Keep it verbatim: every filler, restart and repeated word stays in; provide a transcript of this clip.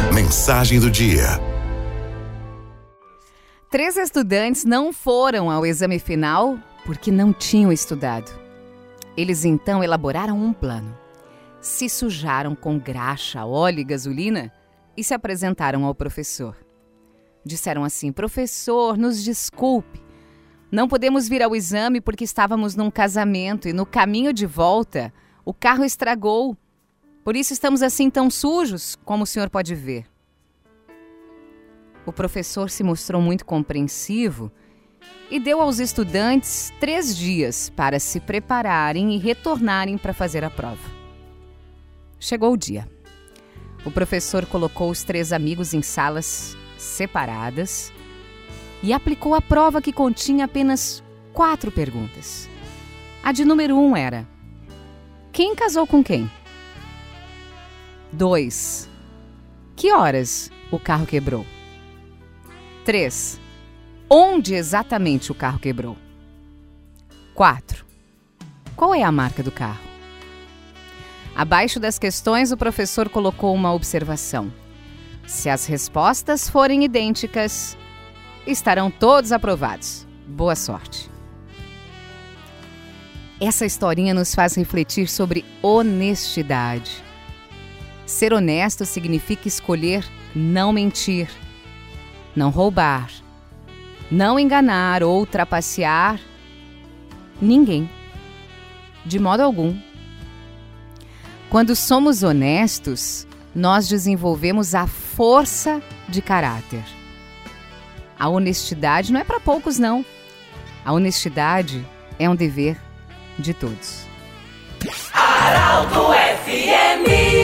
Mensagem do dia. Três estudantes não foram ao exame final porque não tinham estudado. Eles então elaboraram um plano. Se sujaram com graxa, óleo e gasolina e se apresentaram ao professor. Disseram assim: professor, nos desculpe. Não podemos vir ao exame porque estávamos num casamento e no caminho de volta o carro estragou. Por isso estamos assim tão sujos, como o senhor pode ver. O professor se mostrou muito compreensivo e deu aos estudantes três dias para se prepararem e retornarem para fazer a prova. Chegou o dia. O professor colocou os três amigos em salas separadas e aplicou a prova que continha apenas quatro perguntas. A de número um era: quem casou com quem? Dois. Que horas o carro quebrou? Três. Onde exatamente o carro quebrou? Quatro. Qual é a marca do carro? Abaixo das questões, o professor colocou uma observação. Se as respostas forem idênticas, estarão todos aprovados. Boa sorte. Essa historinha nos faz refletir sobre honestidade. Ser honesto significa escolher não mentir, não roubar, não enganar ou trapacear ninguém, de modo algum. Quando somos honestos, nós desenvolvemos a força de caráter. A honestidade não é para poucos, não. A honestidade é um dever de todos. Arauto F M